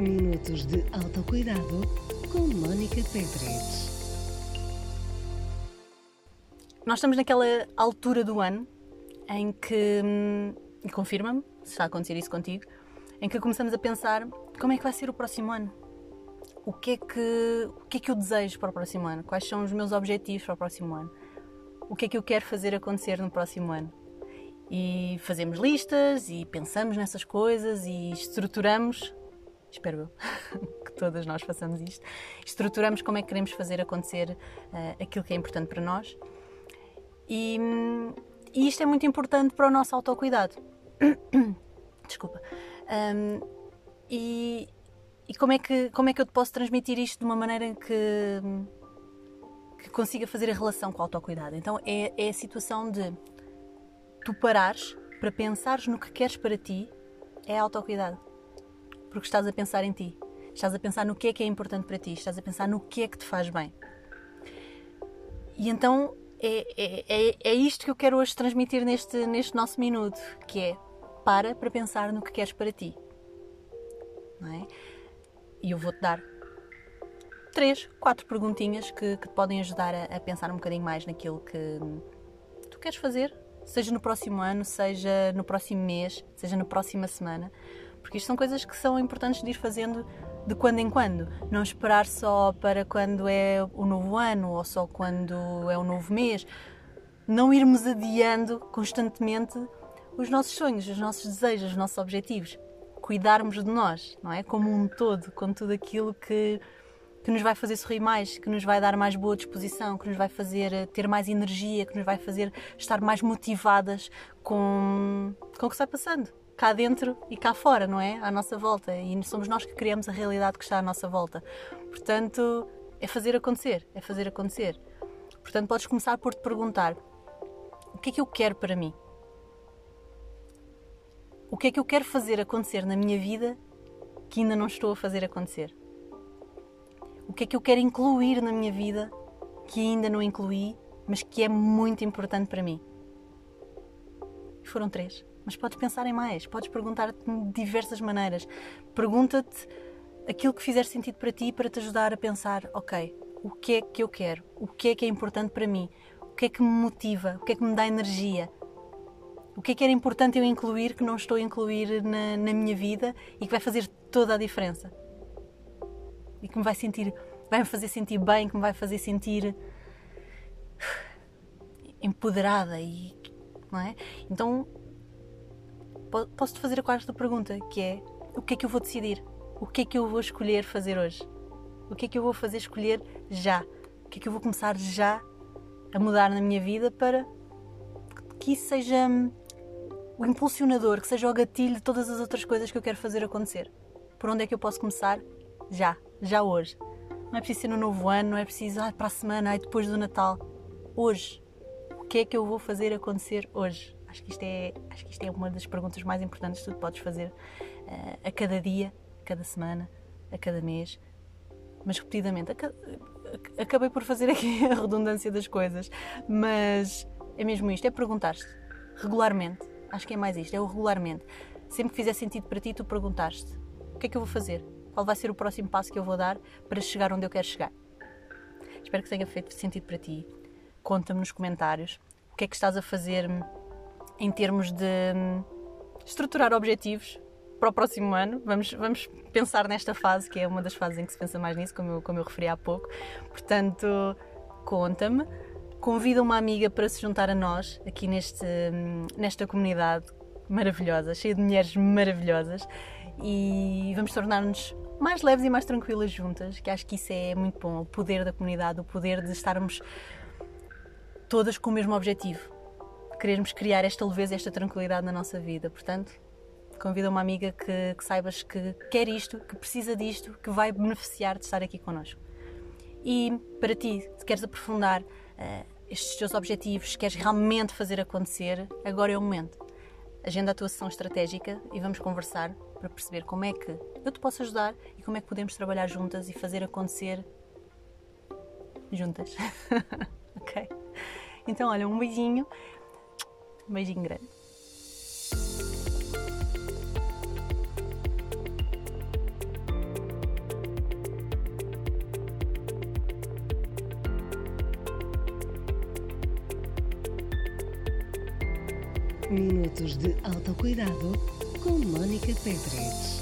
Minutos de autocuidado com Mónica Pedres. Nós estamos naquela altura do ano em que, e confirma-me se está a acontecer isso contigo, em que começamos a pensar como é que vai ser o próximo ano. O que é que eu desejo para o próximo ano? Quais são os meus objetivos para o próximo ano? O que é que eu quero fazer acontecer no próximo ano? E fazemos listas e pensamos nessas coisas e estruturamos, espero eu, que todas nós façamos isto, estruturamos como é que queremos fazer acontecer aquilo que é importante para nós. E isto é muito importante para o nosso autocuidado. Desculpa. E como é que eu te posso transmitir isto de uma maneira que consiga fazer a relação com o autocuidado? Então é a situação de tu parares para pensares no que queres para ti, é autocuidado. Porque estás a pensar em ti. Estás a pensar no que é importante para ti. Estás a pensar no que é que te faz bem. E então é isto que eu quero hoje transmitir neste nosso minuto, que é para pensar no que queres para ti. Não é? E eu vou-te dar 3, 4 perguntinhas que te podem ajudar a pensar um bocadinho mais naquilo que tu queres fazer, seja no próximo ano, seja no próximo mês, seja na próxima semana, porque isto são coisas que são importantes de ir fazendo de quando em quando. Não esperar só para quando é o novo ano ou só quando é o novo mês. Não irmos adiando constantemente os nossos sonhos, os nossos desejos, os nossos objetivos. Cuidarmos de nós, não é? Como um todo, com tudo aquilo que nos vai fazer sorrir mais, que nos vai dar mais boa disposição, que nos vai fazer ter mais energia, que nos vai fazer estar mais motivadas com o que está passando, cá dentro e cá fora, não é? À nossa volta. E somos nós que criamos a realidade que está à nossa volta. Portanto, é fazer acontecer, é fazer acontecer. Portanto, podes começar por te perguntar: o que é que eu quero para mim? O que é que eu quero fazer acontecer na minha vida que ainda não estou a fazer acontecer? O que é que eu quero incluir na minha vida que ainda não incluí, mas que é muito importante para mim? Foram 3, mas podes pensar em mais, podes perguntar-te de diversas maneiras. Pergunta-te aquilo que fizer sentido para ti, para te ajudar a pensar: ok, o que é que eu quero? O que é importante para mim? O que é que me motiva? O que é que me dá energia? O que é que era importante eu incluir que não estou a incluir na minha vida e que vai fazer toda a diferença? E que vai me fazer sentir bem, que me vai fazer sentir empoderada, não é? Então, posso-te fazer a quarta pergunta, que é: o que é que eu vou decidir? O que é que eu vou escolher fazer hoje? O que é que eu vou fazer escolher já? O que é que eu vou começar já a mudar na minha vida para que isso seja o impulsionador, que seja o gatilho de todas as outras coisas que eu quero fazer acontecer? Por onde é que eu posso começar? Já hoje. Não é preciso ser no novo ano, não é preciso para a semana, depois do Natal. Hoje. O que é que eu vou fazer acontecer hoje? Acho que isto é uma das perguntas mais importantes que tu podes fazer a cada dia, a cada semana, a cada mês, mas repetidamente. Acabei por fazer aqui a redundância das coisas, mas é mesmo isto, é perguntar-te regularmente. Acho que é mais isto, é o regularmente. Sempre que fizer sentido para ti, tu perguntaste: o que é que eu vou fazer? Qual vai ser o próximo passo que eu vou dar para chegar onde eu quero chegar? Espero que tenha feito sentido para ti. Conta-me nos comentários o que é que estás a fazer em termos de estruturar objetivos para o próximo ano. Vamos pensar nesta fase, que é uma das fases em que se pensa mais nisso, como eu referi há pouco. Portanto, conta-me. Convida uma amiga para se juntar a nós aqui nesta comunidade maravilhosa, cheia de mulheres maravilhosas, e vamos tornar-nos mais leves e mais tranquilas juntas, que acho que isso é muito bom, o poder da comunidade, o poder de estarmos todas com o mesmo objetivo, querermos criar esta leveza e esta tranquilidade na nossa vida. Portanto, convida uma amiga que saibas que quer isto, que precisa disto, que vai beneficiar de estar aqui connosco. E para ti, se queres aprofundar estes teus objetivos, se queres realmente fazer acontecer, agora é o momento. Agenda a tua sessão estratégica e vamos conversar para perceber como é que eu te posso ajudar e como é que podemos trabalhar juntas e fazer acontecer juntas. Ok? Então, olha, um beijinho grande. Minutos de autocuidado com Mónica Pedredes.